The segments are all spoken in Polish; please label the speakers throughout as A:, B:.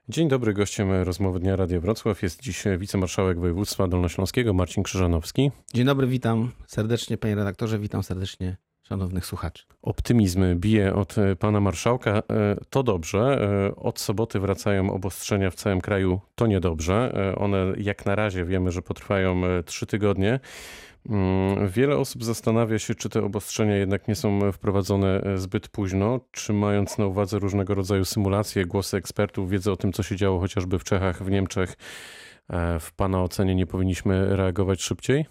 A: Dzień dobry, gościem rozmowy Dnia Radia Wrocław jest dziś wicemarszałek województwa dolnośląskiego Marcin Krzyżanowski.
B: Dzień dobry, witam serdecznie panie redaktorze, witam serdecznie szanownych słuchaczy.
A: Optymizm bije od pana marszałka, to dobrze. Od soboty wracają obostrzenia w całym kraju, to niedobrze. One jak na razie wiemy, że potrwają 3 tygodnie. Wiele osób zastanawia się, czy te obostrzenia jednak nie są wprowadzone zbyt późno, czy mając na uwadze różnego rodzaju symulacje, głosy ekspertów, wiedzę o tym, co się działo chociażby w Czechach, w Niemczech, w pana ocenie nie powinniśmy reagować szybciej?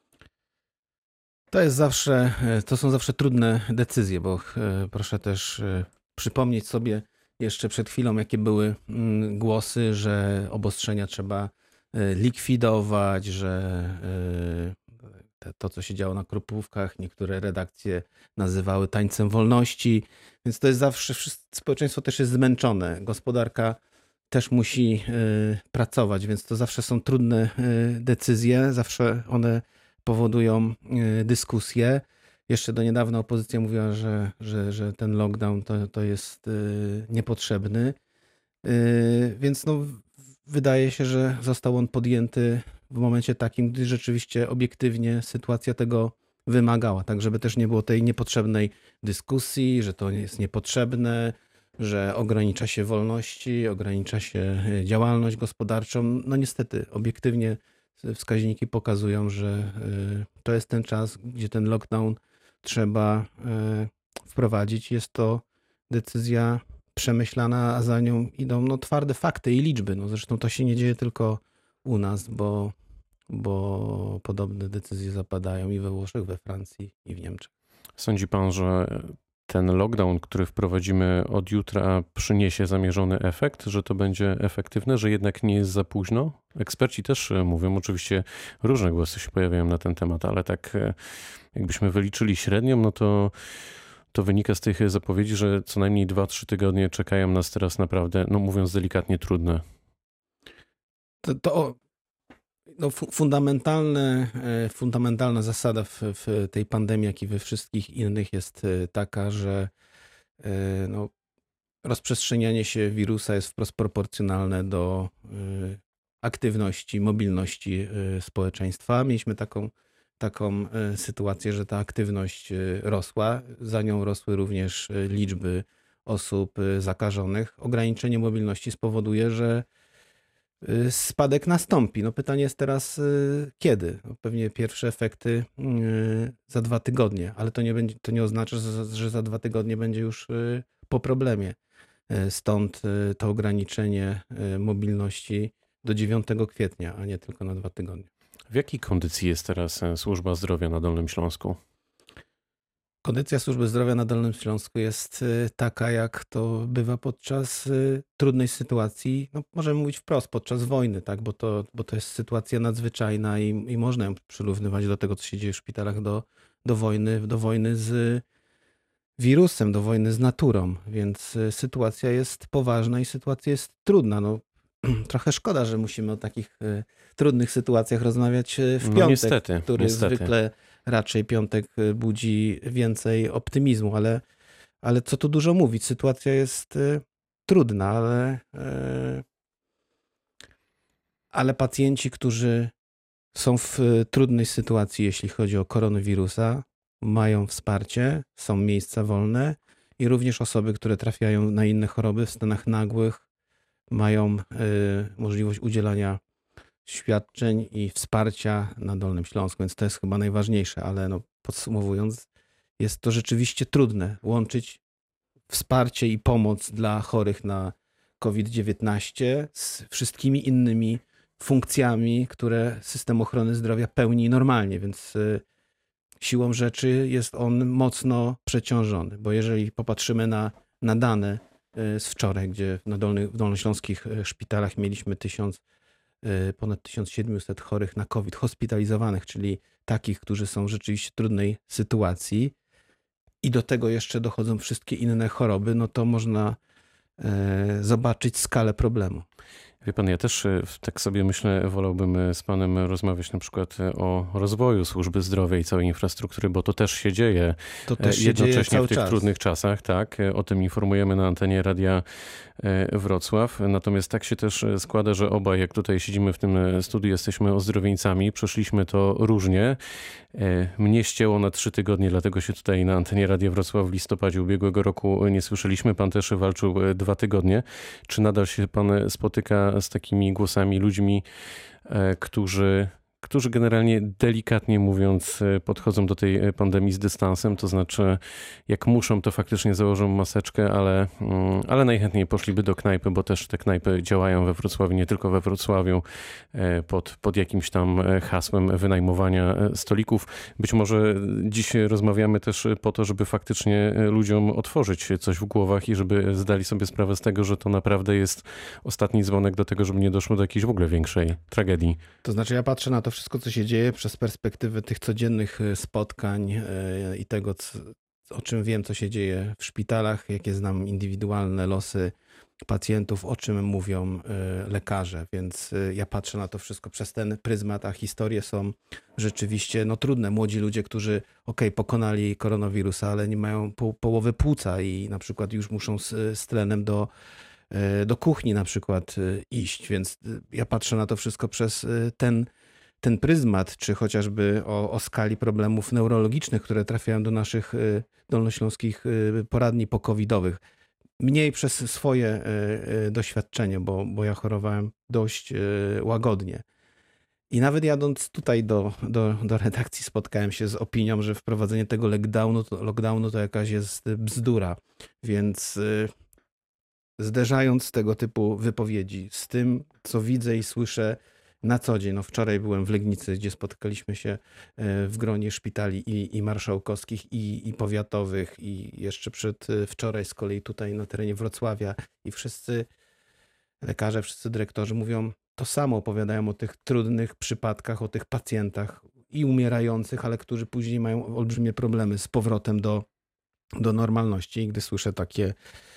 B: To są zawsze trudne decyzje, bo proszę też przypomnieć sobie jeszcze przed chwilą, jakie były głosy, że obostrzenia trzeba likwidować, że to, co się działo na Krupówkach, niektóre redakcje nazywały tańcem wolności, więc to jest zawsze, społeczeństwo też jest zmęczone, gospodarka też musi pracować, więc to zawsze są trudne decyzje, zawsze one powodują dyskusje. Jeszcze do niedawna opozycja mówiła, że ten lockdown to jest niepotrzebny, więc no, wydaje się, że został on podjęty w momencie takim, gdy rzeczywiście obiektywnie sytuacja tego wymagała, tak żeby też nie było tej niepotrzebnej dyskusji, że to jest niepotrzebne, że ogranicza się wolności, ogranicza się działalność gospodarczą. No niestety, obiektywnie wskaźniki pokazują, że to jest ten czas, gdzie ten lockdown trzeba wprowadzić. Jest to decyzja przemyślana, a za nią idą twarde fakty i liczby. Zresztą to się nie dzieje tylko u nas, bo podobne decyzje zapadają i we Włoszech, we Francji i w Niemczech.
A: Sądzi pan, że ten lockdown, który wprowadzimy od jutra, przyniesie zamierzony efekt, że to będzie efektywne, że jednak nie jest za późno? Eksperci też mówią, oczywiście różne głosy się pojawiają na ten temat, ale tak jakbyśmy wyliczyli średnią, no to wynika z tych zapowiedzi, że co najmniej 2-3 tygodnie czekają nas teraz naprawdę, no mówiąc delikatnie, trudne.
B: Fundamentalna zasada w tej pandemii, jak i we wszystkich innych jest taka, że rozprzestrzenianie się wirusa jest wprost proporcjonalne do aktywności, mobilności społeczeństwa. Mieliśmy taką sytuację, że ta aktywność rosła, za nią rosły również liczby osób zakażonych. Ograniczenie mobilności spowoduje, że spadek nastąpi. Pytanie jest teraz kiedy? Pewnie pierwsze efekty za 2 tygodnie, ale to nie oznacza, że za 2 tygodnie będzie już po problemie. Stąd to ograniczenie mobilności do 9 kwietnia, a nie tylko na 2 tygodnie.
A: W jakiej kondycji jest teraz służba zdrowia na Dolnym Śląsku?
B: Kondycja służby zdrowia na Dolnym Śląsku jest taka, jak to bywa podczas trudnej sytuacji. Możemy mówić wprost, podczas wojny, tak? Bo to jest sytuacja nadzwyczajna i można ją przyrównywać do tego, co się dzieje w szpitalach, do wojny z wirusem, do wojny z naturą. Więc sytuacja jest poważna i sytuacja jest trudna. Trochę szkoda, że musimy o takich trudnych sytuacjach rozmawiać w piątek,
A: niestety.
B: Zwykle raczej piątek budzi więcej optymizmu, ale co tu dużo mówić, sytuacja jest trudna, ale pacjenci, którzy są w trudnej sytuacji, jeśli chodzi o koronawirusa, mają wsparcie, są miejsca wolne i również osoby, które trafiają na inne choroby w stanach nagłych, mają możliwość udzielania świadczeń i wsparcia na Dolnym Śląsku, więc to jest chyba najważniejsze, ale podsumowując, jest to rzeczywiście trudne łączyć wsparcie i pomoc dla chorych na COVID-19 z wszystkimi innymi funkcjami, które system ochrony zdrowia pełni normalnie, więc siłą rzeczy jest on mocno przeciążony, bo jeżeli popatrzymy na dane z wczoraj, gdzie w dolnośląskich szpitalach mieliśmy ponad 1700 chorych na COVID, hospitalizowanych, czyli takich, którzy są w rzeczywiście trudnej sytuacji i do tego jeszcze dochodzą wszystkie inne choroby, to można zobaczyć skalę problemu.
A: Wie pan, ja też tak sobie myślę, wolałbym z panem rozmawiać na przykład o rozwoju służby zdrowia i całej infrastruktury, bo to też się dzieje
B: To też się dzieje
A: jednocześnie w
B: cały
A: tych
B: czas.
A: trudnych czasach, tak. O tym informujemy na antenie Radia Wrocław. Natomiast tak się też składa, że obaj, jak tutaj siedzimy w tym studiu, jesteśmy ozdrowieńcami. Przeszliśmy to różnie. Mnie ścięło na 3 tygodnie, dlatego się tutaj na antenie Radia Wrocław w listopadzie ubiegłego roku nie słyszeliśmy. Pan też walczył 2 tygodnie. Czy nadal się pan spotyka z takimi głosami, ludźmi, którzy generalnie, delikatnie mówiąc, podchodzą do tej pandemii z dystansem, to znaczy jak muszą, to faktycznie założą maseczkę, ale najchętniej poszliby do knajpy, bo też te knajpy działają we Wrocławiu, nie tylko we Wrocławiu, pod jakimś tam hasłem wynajmowania stolików. Być może dziś rozmawiamy też po to, żeby faktycznie ludziom otworzyć coś w głowach i żeby zdali sobie sprawę z tego, że to naprawdę jest ostatni dzwonek do tego, żeby nie doszło do jakiejś w ogóle większej tragedii.
B: To znaczy ja patrzę na to wszystko, co się dzieje przez perspektywę tych codziennych spotkań i tego, o czym wiem, co się dzieje w szpitalach, jakie znam indywidualne losy pacjentów, o czym mówią lekarze, więc ja patrzę na to wszystko przez ten pryzmat, a historie są rzeczywiście trudne. Młodzi ludzie, którzy pokonali koronawirusa, ale nie mają połowy płuca i na przykład już muszą z tlenem do kuchni na przykład iść, więc ja patrzę na to wszystko przez ten pryzmat, czy chociażby o skali problemów neurologicznych, które trafiają do naszych dolnośląskich poradni pokowidowych. Mniej przez swoje doświadczenie, bo ja chorowałem dość łagodnie. I nawet jadąc tutaj do redakcji spotkałem się z opinią, że wprowadzenie tego lockdownu to jakaś jest bzdura. Więc zderzając tego typu wypowiedzi z tym, co widzę i słyszę na co dzień. Wczoraj byłem w Legnicy, gdzie spotkaliśmy się w gronie szpitali i marszałkowskich, i powiatowych, i jeszcze wczoraj z kolei tutaj na terenie Wrocławia. I wszyscy lekarze, wszyscy dyrektorzy mówią to samo, opowiadają o tych trudnych przypadkach, o tych pacjentach i umierających, ale którzy później mają olbrzymie problemy z powrotem do normalności. I gdy słyszę takie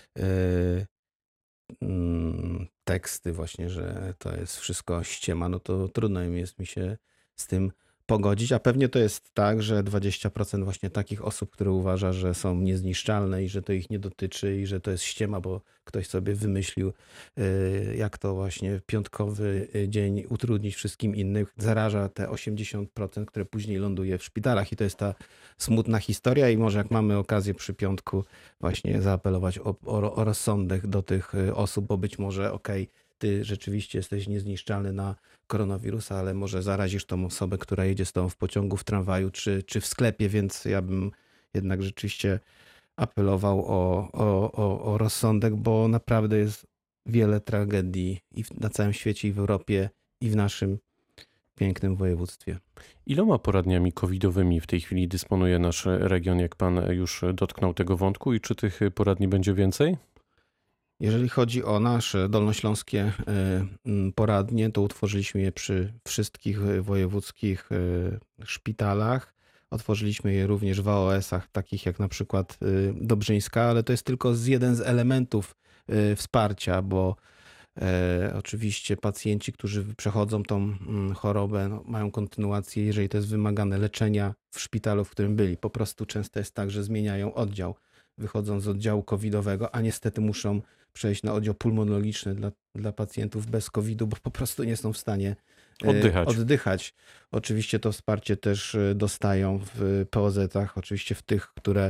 B: teksty właśnie, że to jest wszystko ściema, to trudno jest mi się z tym pogodzić, a pewnie to jest tak, że 20% właśnie takich osób, które uważa, że są niezniszczalne i że to ich nie dotyczy i że to jest ściema, bo ktoś sobie wymyślił, jak to właśnie piątkowy dzień utrudnić wszystkim innym, zaraża te 80%, które później ląduje w szpitalach i to jest ta smutna historia i może jak mamy okazję przy piątku właśnie zaapelować o rozsądek do tych osób, bo być może ty rzeczywiście jesteś niezniszczalny na koronawirusa, ale może zarazisz tą osobę, która jedzie z tobą w pociągu, w tramwaju czy w sklepie, więc ja bym jednak rzeczywiście apelował o rozsądek, bo naprawdę jest wiele tragedii i na całym świecie, i w Europie, i w naszym pięknym województwie.
A: Iloma poradniami covidowymi w tej chwili dysponuje nasz region, jak pan już dotknął tego wątku i czy tych poradni będzie więcej?
B: Jeżeli chodzi o nasze dolnośląskie poradnie, to utworzyliśmy je przy wszystkich wojewódzkich szpitalach. Otworzyliśmy je również w AOS-ach, takich jak na przykład Dobrzyńska, ale to jest tylko jeden z elementów wsparcia, bo oczywiście pacjenci, którzy przechodzą tą chorobę, mają kontynuację, jeżeli to jest wymagane, leczenia w szpitalu, w którym byli. Po prostu często jest tak, że zmieniają oddział, wychodzą z oddziału covidowego, a niestety muszą przejść na oddział pulmonologiczny dla pacjentów bez covidu, bo po prostu nie są w stanie oddychać. Oczywiście to wsparcie też dostają w POZ-ach, oczywiście w tych, które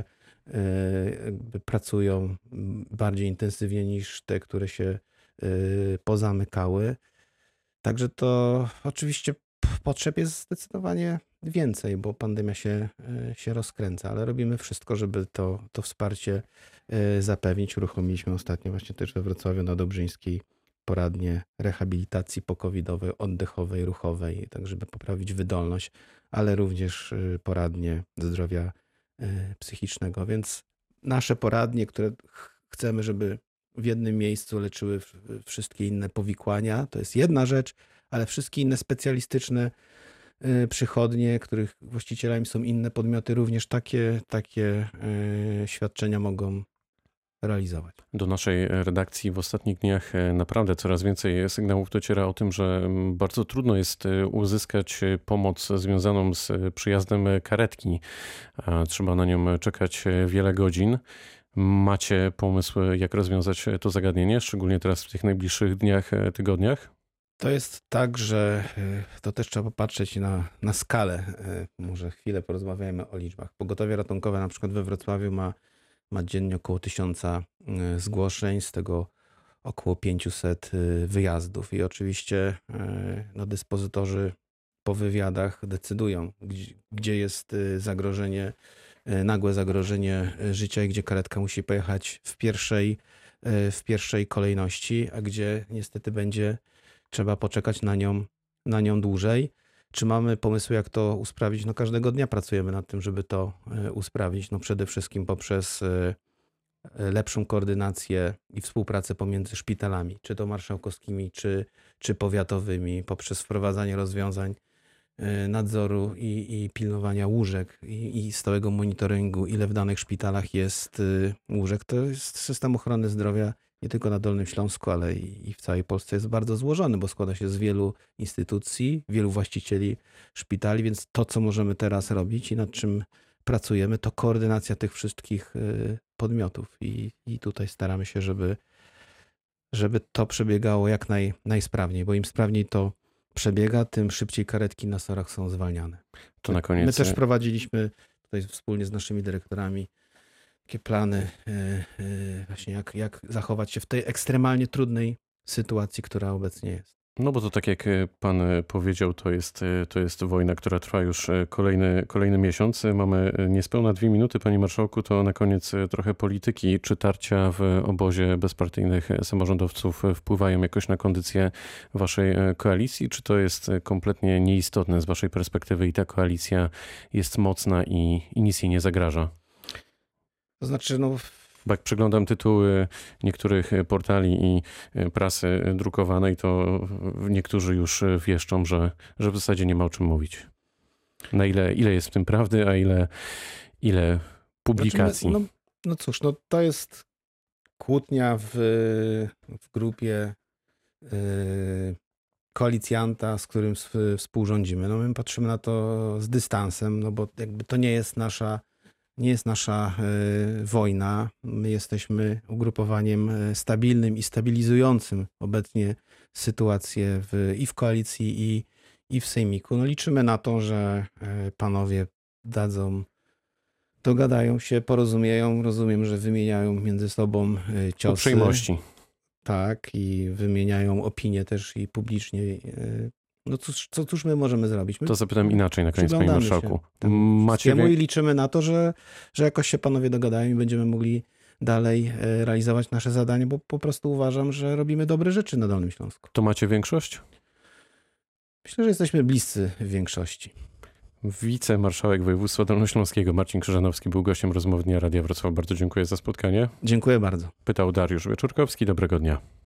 B: pracują bardziej intensywnie niż te, które się pozamykały. Także to oczywiście potrzeb jest zdecydowanie więcej, bo pandemia się rozkręca, ale robimy wszystko, żeby to wsparcie zapewnić. Uruchomiliśmy ostatnio właśnie też we Wrocławiu na Dobrzyńskiej poradnie rehabilitacji pokowidowej, oddechowej, ruchowej, tak żeby poprawić wydolność, ale również poradnie zdrowia psychicznego. Więc nasze poradnie, które chcemy, żeby w jednym miejscu leczyły wszystkie inne powikłania, to jest jedna rzecz, ale wszystkie inne specjalistyczne przychodnie, których właścicielami są inne podmioty, również takie świadczenia mogą realizować.
A: Do naszej redakcji w ostatnich dniach naprawdę coraz więcej sygnałów dociera o tym, że bardzo trudno jest uzyskać pomoc związaną z przyjazdem karetki. Trzeba na nią czekać wiele godzin. Macie pomysł, jak rozwiązać to zagadnienie, szczególnie teraz w tych najbliższych dniach, tygodniach?
B: To jest tak, że to też trzeba popatrzeć na skalę. Może chwilę porozmawiajmy o liczbach. Pogotowie ratunkowe na przykład we Wrocławiu ma dziennie około 1000 zgłoszeń, z tego około 500 wyjazdów. I oczywiście dyspozytorzy po wywiadach decydują, gdzie jest zagrożenie, nagłe zagrożenie życia i gdzie karetka musi pojechać w pierwszej kolejności, a gdzie niestety będzie trzeba poczekać na nią dłużej. Czy mamy pomysły, jak to usprawić? No każdego dnia pracujemy nad tym, żeby to usprawnić. No przede wszystkim poprzez lepszą koordynację i współpracę pomiędzy szpitalami, czy to marszałkowskimi, czy powiatowymi, poprzez wprowadzanie rozwiązań nadzoru i pilnowania łóżek i stałego monitoringu, ile w danych szpitalach jest łóżek. To jest system ochrony zdrowia nie tylko na Dolnym Śląsku, ale i w całej Polsce jest bardzo złożony, bo składa się z wielu instytucji, wielu właścicieli szpitali, więc to, co możemy teraz robić i nad czym pracujemy, to koordynacja tych wszystkich podmiotów i tutaj staramy się, żeby to przebiegało jak najsprawniej, bo im sprawniej to przebiega, tym szybciej karetki na SOR-ach są zwalniane.
A: To na koniec.
B: My też prowadziliśmy tutaj wspólnie z naszymi dyrektorami takie plany właśnie jak zachować się w tej ekstremalnie trudnej sytuacji, która obecnie jest.
A: No bo to tak jak pan powiedział, to jest wojna, która trwa już kolejny miesiąc. Mamy niespełna 2 minuty, panie marszałku, to na koniec trochę polityki. Czy tarcia w obozie bezpartyjnych samorządowców wpływają jakoś na kondycję waszej koalicji? Czy to jest kompletnie nieistotne z waszej perspektywy i ta koalicja jest mocna i nic jej nie zagraża?
B: To znaczy, no...
A: Bo jak przeglądam tytuły niektórych portali i prasy drukowanej, to niektórzy już wieszczą, że w zasadzie nie ma o czym mówić. Na ile jest w tym prawdy, a ile publikacji.
B: Znaczy, no cóż, no to jest kłótnia w grupie koalicjanta, z którym współrządzimy. No my patrzymy na to z dystansem, no bo jakby to nie jest nasza wojna. My jesteśmy ugrupowaniem stabilnym i stabilizującym obecnie sytuację i w koalicji, i w sejmiku. No liczymy na to, że panowie dogadają się, porozumieją. Rozumiem, że wymieniają między sobą ciosy.
A: Uprzejmości.
B: Tak, i wymieniają opinie też i publicznie. No cóż my możemy zrobić? My
A: to zapytam inaczej na koniec, panie marszałku.
B: I liczymy na to, że jakoś się panowie dogadają i będziemy mogli dalej realizować nasze zadanie, bo po prostu uważam, że robimy dobre rzeczy na Dolnym Śląsku.
A: To macie większość?
B: Myślę, że jesteśmy bliscy w większości.
A: Wicemarszałek województwa dolnośląskiego Marcin Krzyżanowski był gościem rozmowy Dnia Radia Wrocław. Bardzo dziękuję za spotkanie.
B: Dziękuję bardzo.
A: Pytał Dariusz Wieczorkowski. Dobrego dnia.